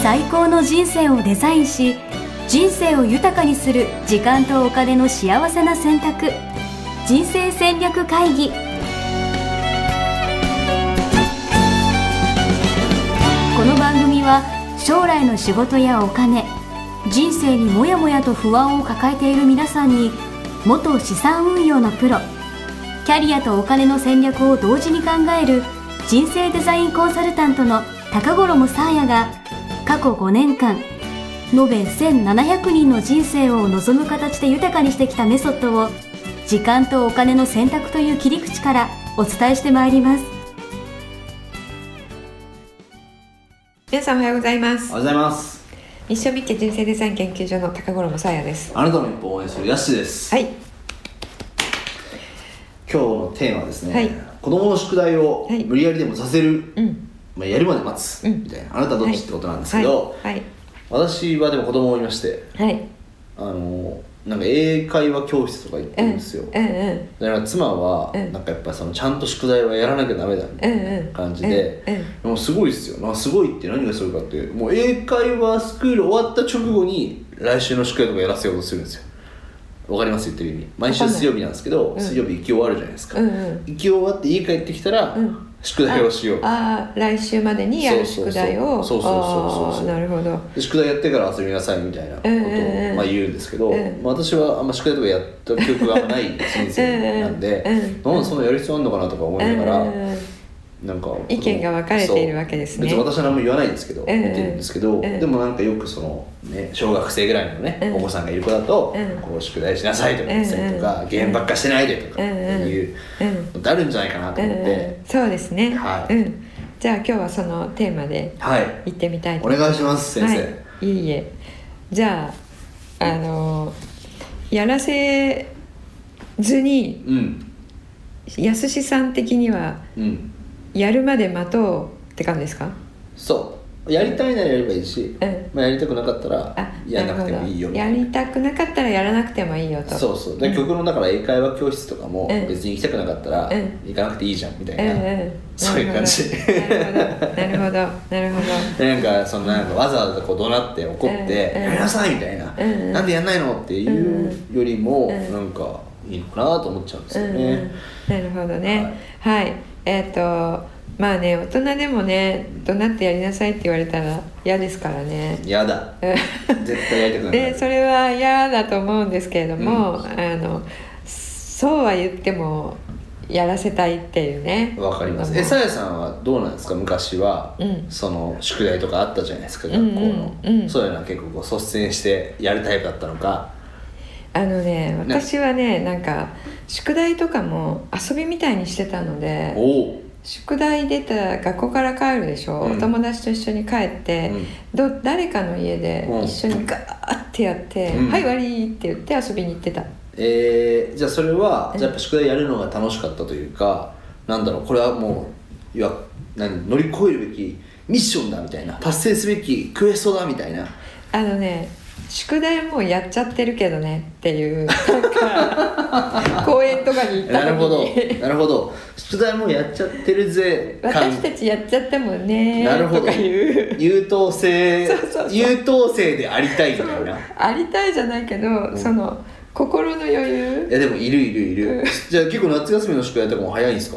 最高の人生をデザインし、人生を豊かにする時間とお金の幸せな選択、人生戦略会議。この番組は将来の仕事やお金、人生にもやもやと不安を抱えている皆さんに、元資産運用のプロ、キャリアとお金の戦略を同時に考える人生デザインコンサルタントの高頃もさあやが、過去5年間延べ1700人の人生を望む形で豊かにしてきたメソッドを、時間とお金の選択という切り口からお伝えしてまいります。 皆さんおはようございます。 おはようございます。 ミッションミッケ人生デザイン研究所の高頃もさあやです。 あなたの一歩を応援するヤッシーです。 はい。 今日のテーマはですね、 はい、 子供の宿題を無理やりでもさせる、やるまで待つ、みたいな、あなたはどっちってことなんですけど、私はでも子供をいまして、なんか英会話教室とか行ってるんですよ。だから妻はなんかやっぱそのちゃんと宿題はやらなきゃダメだみたいな感じで、もうすごいですよ。なんかすごいって何がすごいかって、もう英会話スクール終わった直後に来週の宿題とかやらせようとするんですよ。わかります言ってる意味。毎週水曜日なんですけど、水曜日行き終わるじゃないですか。行き終わって家帰ってきたら、宿題をしよう。 来週までにやる宿題を。 そうなるほど。 宿題やってから遊びなさいみたいなことを言うんですけど、私はあんま宿題とかやった記憶があんまない人生なんで、なんでそんなやる必要あるのかなとか思いながら、なんか意見が分かれているわけですね。 別に私は何も言わないんですけど、見てるんですけど、でもなんかよくそのね、小学生ぐらいのね、お子さんがいる子だと、こう宿題しなさいとか言ったりとか、ゲームばっかしてないでとかいうのあるんじゃないかなと思って。 そうですね。じゃあ今日はそのテーマで行ってみたいと思います。 お願いします先生。 いいえ。じゃあやらせずに、やすしさん的には、やるまで待とうって感じですか？ そうやりたいならやればいいし、やりたくなかったらやらなくてもいいよみたいな。 やりたくなかったらやらなくてもいいよと。 そうで、極論だから英会話教室とかも別に行きたくなかったら行かなくていいじゃんみたいな、そういう感じ。 なるほどなんかそのなんかわざわざこう怒鳴って怒ってやりなさいみたいな、なんでやんないのっていうよりもなんかいいのかなと思っちゃうんですよね。 なるほどね。はい。まあね、大人でもね、怒鳴ってやりなさいって言われたら嫌ですからね。 嫌だ。絶対やりたくない。 で、それは嫌だと思うんですけれども、そうは言ってもやらせたいっていうね。 わかります。さやさんはどうなんですか？昔は、その宿題とかあったじゃないですか、学校の。そういうのは結構こう率先してやるタイプだったのか。 私はね、なんか宿題とかも遊びみたいにしてたので、宿題出た学校から帰るでしょ、お友達と一緒に帰って、誰かの家で一緒にガーってやって、はい終わりって言って遊びに行ってた。 じゃあそれは、じゃあやっぱ宿題やるのが楽しかったというか、なんだろう、これはもう乗り越えるべきミッションだみたいな、達成すべきクエストだみたいな。 宿題もうやっちゃってるけどねっていう、なんか公園とかに行った時になるほど宿題もやっちゃってるぜ、 私たちやっちゃってもねとかいう優等生でありたいみたいな。 ありたいじゃないけど、その心の余裕。 いやでもいる、じゃあ結構夏休みの宿題とかも早いんですか？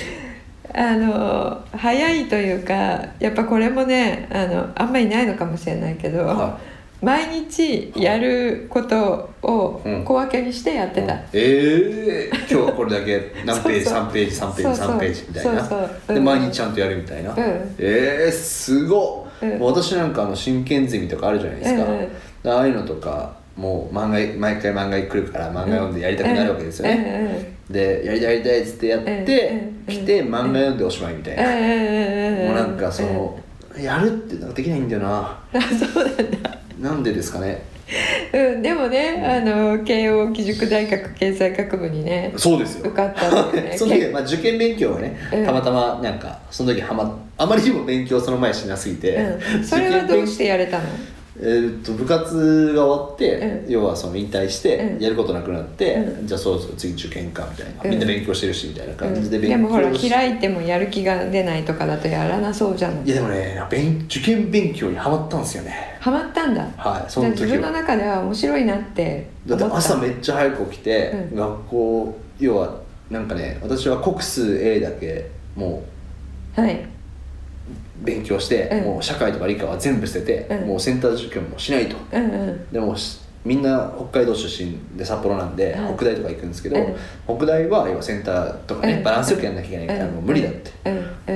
早いというか、やっぱこれもね、あんまりないのかもしれないけど、毎日やることを小分けにしてやってた。 今日はこれだけ何ページ3ページ3ページ3ページみたいな。で毎日ちゃんとやるみたいな。すごっ。私なんか真剣ゼミとかあるじゃないですか。ああいうのとかもう毎回漫画来るから漫画読んでやりたくなるわけですよね。でやりたいっつってやってきて漫画読んでおしまいみたいな。もうなんかそのやるってなんかできないんだよな。 そうなんだ。 なんでですかね。 でもね、慶応義塾大学経済学部にね、 そうですよ、 受かったんだよね。 その時、受験勉強はね、たまたまなんかその時あまりにも勉強その前しなすぎて、 それはどうしてやれたの？ 部活が終わって、要はその引退して、やることなくなって、じゃあそろそろ次受験かみたいな、みんな勉強してるしみたいな感じで勉強でもほら開いてもやる気が出ないとかだとやらなそうじゃない。 いやでもね、受験勉強にハマったんですよね。 ハマったんだ。 はい、その時は自分の中では面白いなって思った。だって朝めっちゃ早く起きて、学校、要はなんかね、私は国数 A だけもう、はい、勉強して、もう社会とか理科は全部捨てて、もうセンター受験もしないと、でもみんな北海道出身で札幌なんで、北大とか行くんですけど、北大は要はセンターとかね、バランスよくやんなきゃいけないからもう無理だって、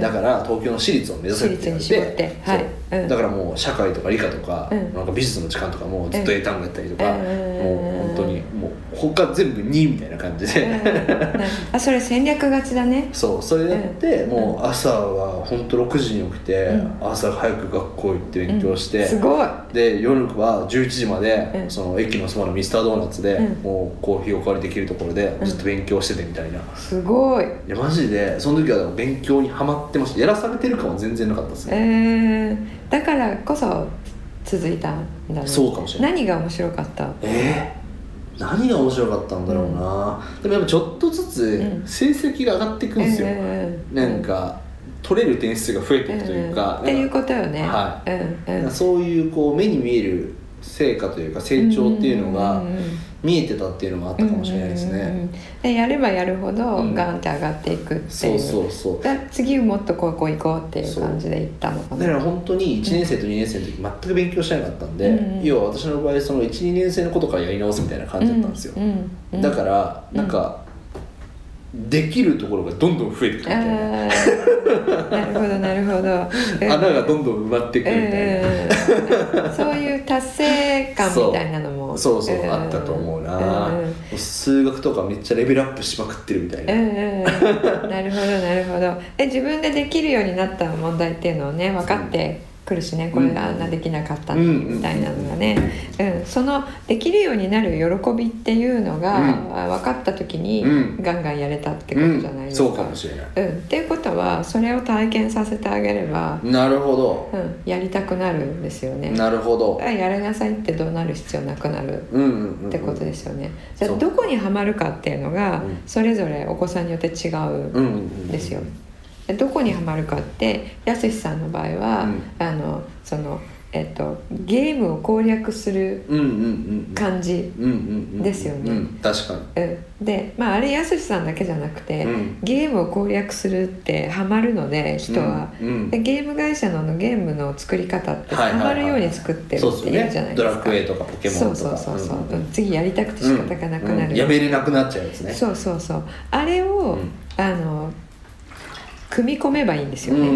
だから東京の私立を目指せって言われて、だからもう社会とか理科とか、なんか美術の時間とかもずっと英単語やったりとか、もう本当にもう他全部2みたいな感じであ、それ戦略勝ちだね。 そう、それでやって、もう朝は本当6時に起きて、朝早く学校行って勉強して、 すごい。で夜は11時まで、その駅のそばのミスタードーナツで、もうコーヒーおかわりできるところでずっと勉強しててみたいな、 すごい。 いやマジでその時は勉強にハマってました。やらされてる感は全然なかったですね。 だからこそ続いたんだね。 そうかもしれない。 何が面白かった？ 何が面白かったんだろうな、でもやっぱちょっとずつ成績が上がっていくんですよ、なんか取れる点数が増えていくというか、 っていうことよね。 はい、そういうこう目に見える成果というか成長っていうのが見えてたっていうのがあったかもしれないですね。 でやればやるほどガンって上がっていくっていう、そう次もっとこう行こうっていう感じでいったのかな。 だから本当に1年生と2年生の時全く勉強しなかったんで、要は私の場合その 1,2 年生のことからやり直すみたいな感じだったんですよ、だからなんかできるところがどんどん増えてくるみたいななるほどなるほど穴がどんどん埋まってくるみたいな、 そういう達成感みたいなのもそうあったと思うな、数学とかめっちゃレベルアップしまくってるみたいな、 なるほどなるほど。自分でできるようになった問題っていうのをね分かってくるしね、これがあんなできなかったみたいなのがね、そのできるようになる喜びっていうのが分かった時にガンガンやれたってことじゃないですか。 そうかもしれない、 っていうことはそれを体験させてあげれば、 なるほど、 やりたくなるんですよね。 なるほど。 やりなさいってどうなる必要なくなるってことですよね。じゃあどこにはまるかっていうのがそれぞれお子さんによって違うんですよ。どこにはまるかってやすしさんの場合は、そのゲームを攻略する感じですよね。 確かに。 で、あれやすしさんだけじゃなくて、ゲームを攻略するってハマるので人は、でゲーム会社のゲームの作り方ってハマるように作ってるっていうじゃないですか。 ドラクエとかポケモンとか、 そう次やりたくて仕方がなくなる、 やめれなくなっちゃうやつね。 そうあれを組み込めばいいんですよね。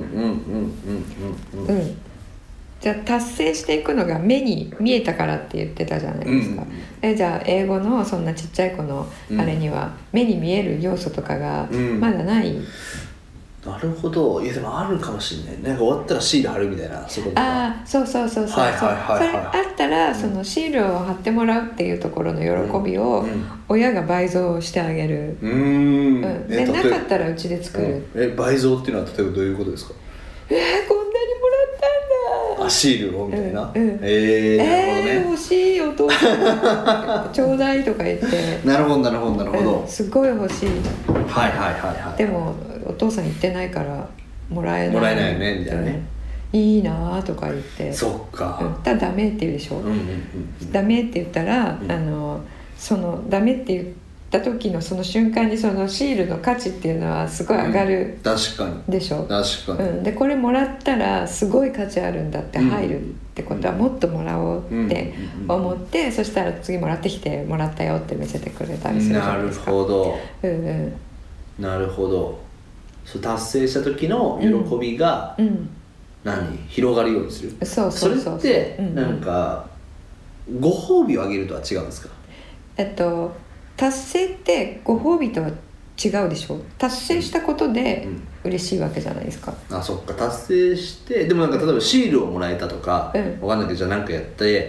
じゃあ達成していくのが目に見えたからって言ってたじゃないですか、じゃあ英語のそんなちっちゃい子のあれには目に見える要素とかがまだない、 なるほど。いやでもあるかもしれない。なんか終わったらシール貼るみたいな、そういうことか。 そうそれあったら、そのシールを貼ってもらうっていうところの喜びを親が倍増してあげる。でなかったらうちで作る。 倍増っていうのは例えばどういうことですか？ こんなにもらったんだ。 シールをみたいな。なるほどね。 欲しいお父さんちょうだいとか言って。なるほど。 すごい欲しい。 はい。 でもお父さん言ってないからもらえないよねみたいなね。 いいなとか言って。 そっか。 ただダメって言うでしょ。ダメって言ったら、そのダメって言った時のその瞬間にそのシールの価値っていうのはすごい上がる、 確かにでしょ。 確かに。 でこれもらったらすごい価値あるんだって入るってことは、もっともらおうって思って、そしたら次もらってきてもらったよって見せてくれたりするじゃないですか。 なるほど。なるほど。そう達成した時の喜びが、広がるようにする。それってなんかご褒美をあげるとは違うんですか？ 達成ってご褒美とは違うでしょ。達成したことで嬉しいわけじゃないですか。 そっか。達成してでもなんか例えばシールをもらえたとか、わかんないけどじゃあなんかやって、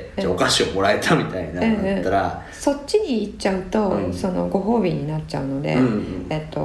じゃあお菓子をもらえたみたいなのだったら、 そっちに行っちゃうと、そのご褒美になっちゃうので、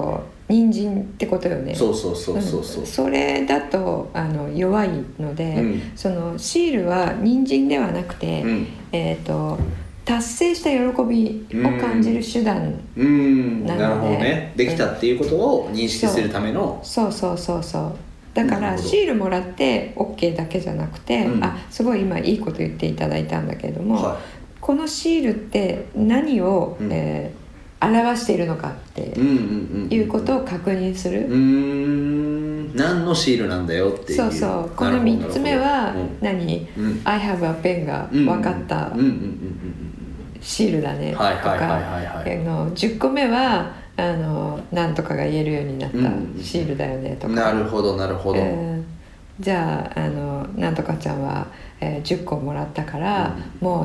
人参ってことよね。 そうそうそうそうそう、 それだと弱いので、そのシールは人参ではなくて、達成した喜びを感じる手段なので、 なるほどね。できたっていうことを認識するための、 そうだからシールもらって OK だけじゃなくて、すごい今いいこと言っていただいたんだけれども、このシールって何を、表しているのかっていうことを確認する。 何のシールなんだよっていう。 そうこの3つ目は何、I have a pen が分かったシールだねとか、10個目は何とかが言えるようになったシールだよねとか、 なるほどなるほど、 じゃあなんとかちゃんは、10個もらったから、もう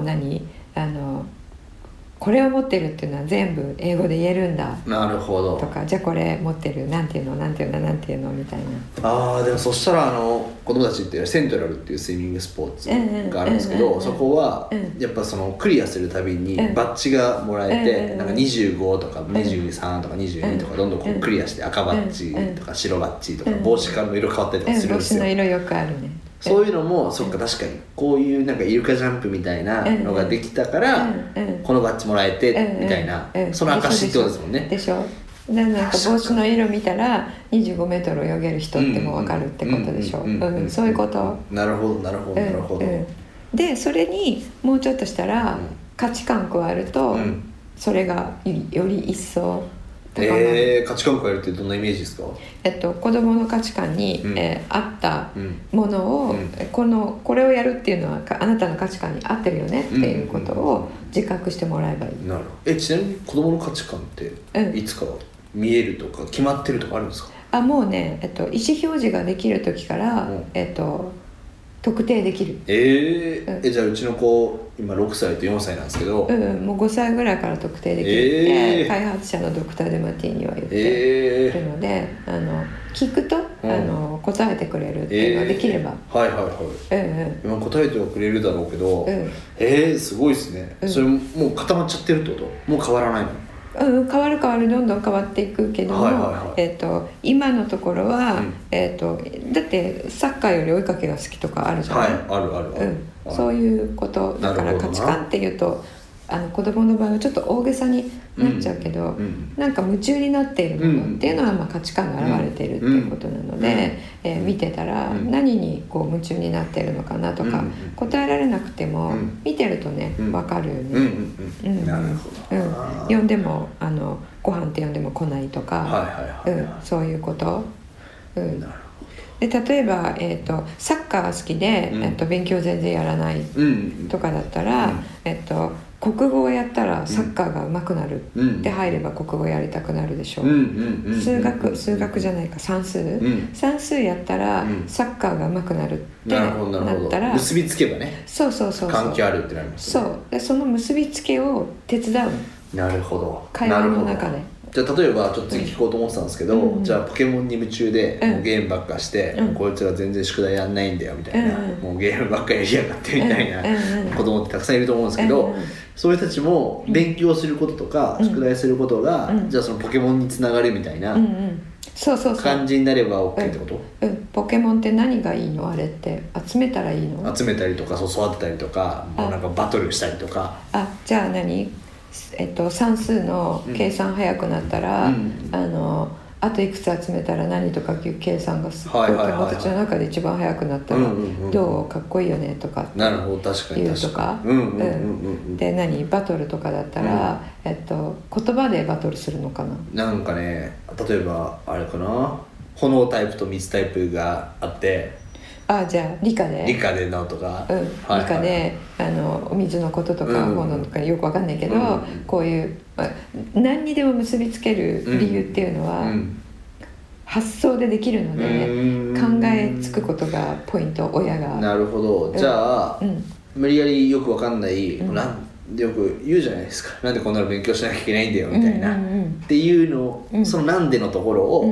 これを持ってるっていうのは全部英語で言えるんだ。 なるほど。 とか、じゃあこれ持ってるなんていうのなんていうのなんていうのみたいな。 でもそしたら子供たちってセントラルっていうスイミングスポーツがあるんですけど、そこはやっぱそのクリアするたびにバッジがもらえて、なんか25とか23とか22とかどんどんこうクリアして、赤バッジとか白バッジとか帽子からの色変わったりとかするんですよ。 帽子の色よくあるね。 そういうのも、そっか、確かにこういうなんかイルカジャンプみたいなのができたから、このバッジもらえてみたいな、その証ってことですもんね。 でしょ。なんか帽子の色見たら25メートル泳げる人っても分かるってことでしょ。そういうこと。 なるほどなるほどなるほど。 でそれにもうちょっとしたら価値観加えると、それがより一層価値観加えるってどんなイメージですか？ 子供の価値観に、合ったものを、これをやるっていうのはあなたの価値観に合ってるよねっていうことを自覚してもらえばいい。 なるほど。ちなみに子供の価値観っていつから見えるとか決まってるとかあるんですか？ もうね、意思表示ができる時から、特定できる。 じゃあうちの子今6歳と4歳なんですけど、 もう5歳ぐらいから特定できるって、開発者のドクター・デマティには言ってるので、聞くと、答えてくれるっていうのができれば、今答えてはくれるだろうけど、すごいですね。それもう固まっちゃってるってこと？もう変わらないの？ 変わるどんどん変わっていくけども、今のところは、だってサッカーより追いかけが好きとかあるじゃない？ある、そういうことだから、価値観っていうと子供の場合はちょっと大げさになっちゃうけど、なんか夢中になっているものっていうのは、価値観が現れているっていうことなので、見てたら何にこう夢中になっているのかなとか、答えられなくても見てるとね分かるよね。 なるほど。 呼んでもご飯って呼んでも来ないとか、そういうこと。で例えば、サッカー好きで、勉強全然やらないとかだったら、国語をやったらサッカーが上手くなるって入れば国語やりたくなるでしょ。数学じゃないか、算数やったらサッカーが上手くなるってなったら、 結びつけばね、 そう関係あるってなりますよね。そうで、その結びつけを手伝う。 なるほど。 会話の中で。 じゃあ例えばちょっと次聞こうと思ってたんですけど、じゃあポケモンに夢中で、もうゲームばっかして、こいつら全然宿題やんないんだよみたいな、もうゲームばっかやりやがってみたいな子供ってたくさんいると思うんですけど、そういう人たちも勉強することとか、宿題することが、じゃあそのポケモンにつながるみたいな感じになれば OK ってこと？ ポケモンって何がいいの？あれって集めたらいいの？ 集めたりとか、育てたりとか、もうなんかバトルしたりとか。 じゃあ何？算数の計算早くなったら、あといくつ集めたら何とかいう計算がすっごい友達の中で一番早くなったらどうかっこいいよねとかって言うとか、でバトルとかだったら、言葉でバトルするのかな。 なんかね、例えばあれかな、炎タイプと水タイプがあって、 じゃあ理科でのとか、 理科でお水のこととか炎とかよくわかんないけど、こういう何にでも結びつける理由っていうのは、発想でできるので、考えつくことがポイント。親が。 なるほど。じゃあ、無理やりよくわかんない、よく言うじゃないですか、なんでこんなの勉強しなきゃいけないんだよみたいな、っていうの、そのなんでのところを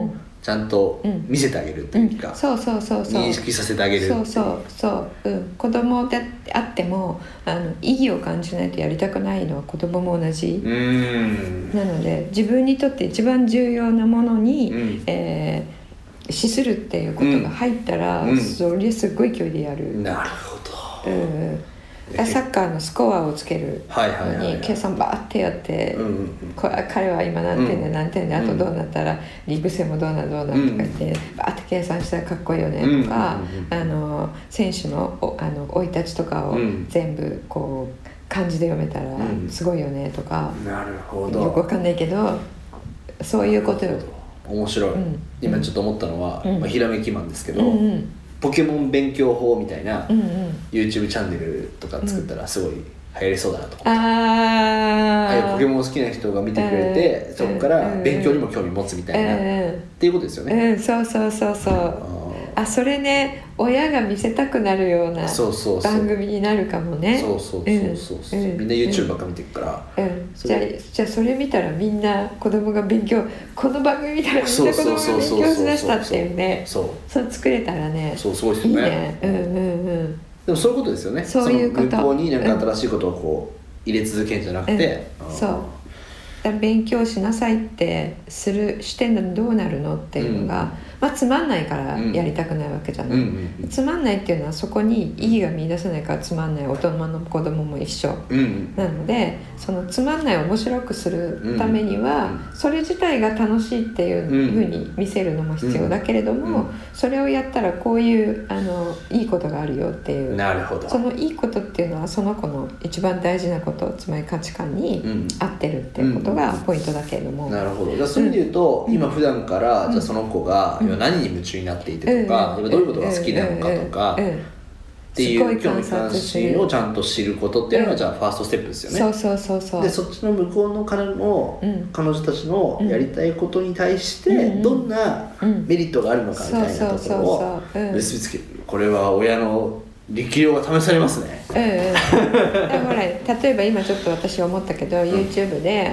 ちゃんと見せてあげるというか、 そう認識させてあげるっていう。 子供であっても意義を感じないとやりたくないのは子供も同じなので、自分にとって一番重要なものに、資するっていうことが入ったら、それすっごい勢いでやる。 なるほど。 サッカーのスコアをつけるのに計算バーってやって、彼は今何点で何点で、あとどうなったらリーグ戦もどうなとか言ってバーって計算したらかっこいいよねとか、選手の生い立ちとかを全部こう漢字で読めたらすごいよねとか、 なるほど。 よくわかんないけどそういうことよ。 面白い。今ちょっと思ったのは、ひらめきマンですけど、ポケモン勉強法みたいな YouTube チャンネルとか作ったらすごい流行りそうだなと思って、ポケモン好きな人が見てくれて、そこから勉強にも興味持つみたいな、っていうことですよね。 そうそれね、親が見せたくなるような番組になるかもね。 そうみんな YouTube ばっか見てるから、 じゃあそれ見たらみんな子供が勉強、この番組見たらみんな子供が勉強しだしたっていうね、そう作れたらね、 すごいですよね。でもそういうことですよね。 そういうこと。 その向こうになんか新しいことをこう入れ続けるんじゃなくて、 勉強しなさいってしてんのにどうなるのっていうのが、つまんないからやりたくないわけじゃない、つまんないっていうのはそこに意義が見出せないからつまんない。大人の子供も一緒、なのでそのつまんないを面白くするためには、それ自体が楽しいっていうふうに見せるのも必要だけれども、それをやったらこういういいことがあるよっていう。 なるほど。 そのいいことっていうのはその子の一番大事なこと、つまり価値観に合ってるっていうことがポイントだけれども、 なるほど。じゃあそういう意味で言うと、今普段からじゃあその子が何に夢中になっていてとか、今どういうことが好きなのかとかっていう興味関心をちゃんと知ることっていうのがじゃあファーストステップですよね。 そうでそっちの向こうの彼女たちのやりたいことに対してどんなメリットがあるのかみたいなところを結びつける。これは親の力量が試されますね。 だから例えば今ちょっと私思ったけど、YouTube で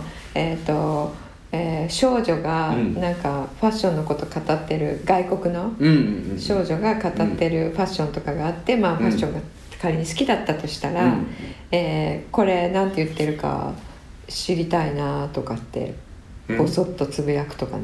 少女がなんかファッションのこと語ってる、外国の少女が語ってるファッションとかがあって、ファッションが仮に好きだったとしたら、これなんて言ってるか知りたいなとかってボソッとつぶやくとかね。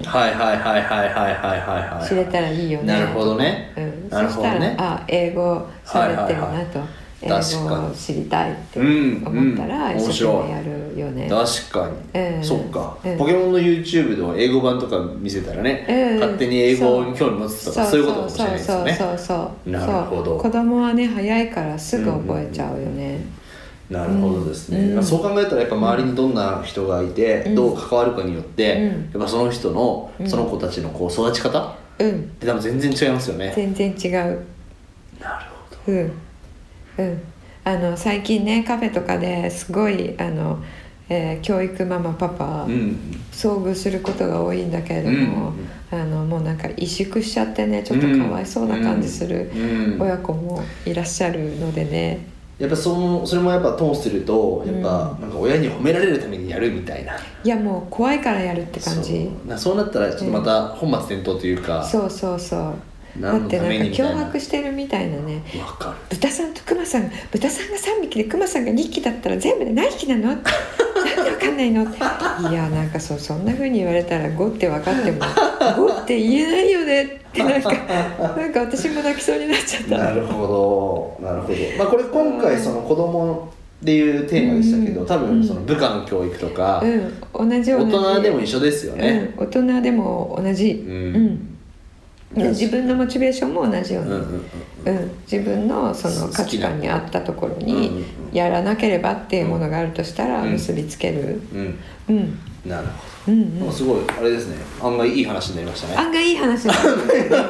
知れたらいいよね。 なるほどね。 そしたら英語喋ってるなと。英語を知りたいって思ったら一生懸命やるよね。 確かに、そっか、ポケモンの YouTube では英語版とか見せたらね、勝手に英語に興味持つとか、そういうことかもしれないですよね。なるほど。 子供はね早いからすぐ覚えちゃうよね。 なるほどですね、そう考えたらやっぱ周りにどんな人がいて、どう関わるかによって、やっぱその人の、その子たちのこう育ち方って多分全然違いますよね。 全然違う。 なるほど。 最近ねカフェとかですごい教育ママパパ、遭遇することが多いんだけれども、もうなんか萎縮しちゃってね、ちょっとかわいそうな感じする親子もいらっしゃるのでね、 やっぱそれもやっぱトーンするとやっぱなんか親に褒められるためにやるみたいな、いやもう怖いからやるって感じ。 そうなったらちょっとまた本末転倒というか、 そうだってなんか脅迫してるみたいなね。豚さんとクマさん、豚さんが3匹でクマさんが2匹だったら全部で何匹なの？なんで分かんないの？いやなんかそんな風に言われたら5って分かっても5って言えないよねってなんか私も泣きそうになっちゃった。 なるほど、これ今回その子供っていうテーマでしたけど、多分その部下の教育とか、 同じ大人でも一緒ですよね。 大人でも同じ。自分のモチベーションも同じように、自分のその価値観に合ったところにやらなければっていうものがあるとしたら結びつける。 なるほど、すごいあれですね、案外いい話になりましたね。 案外いい話になりま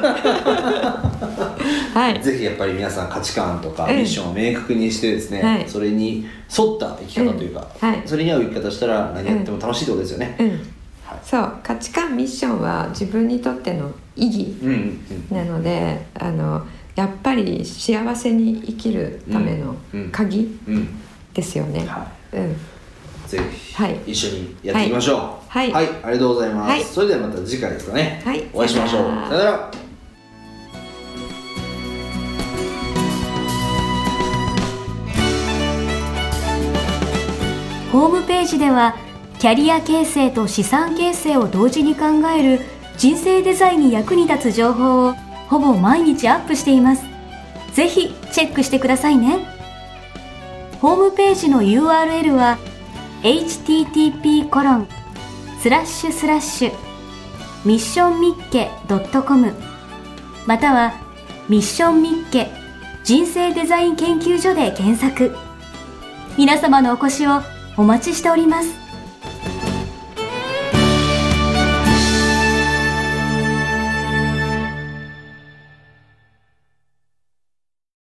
したね。 ぜひやっぱり皆さん価値観とかミッションを明確にしてですね、それに沿った生き方というか、それに合う生き方したら何やっても楽しいってことですよね。 そう価値観ミッションは自分にとっての意義なので、やっぱり幸せに生きるための鍵ですよね。 ぜひ一緒にやっていきましょう。はい、ありがとうございます。それではまた次回ですかね。お会いしましょう。さよなら。 ホームページではキャリア形成と資産形成を同時に考える人生デザインに役に立つ情報をほぼ毎日アップしています。ぜひチェックしてくださいね。ホームページの URL は http://missionmicke.com またはミッションミッケ人生デザイン研究所で検索。皆様のお越しをお待ちしております。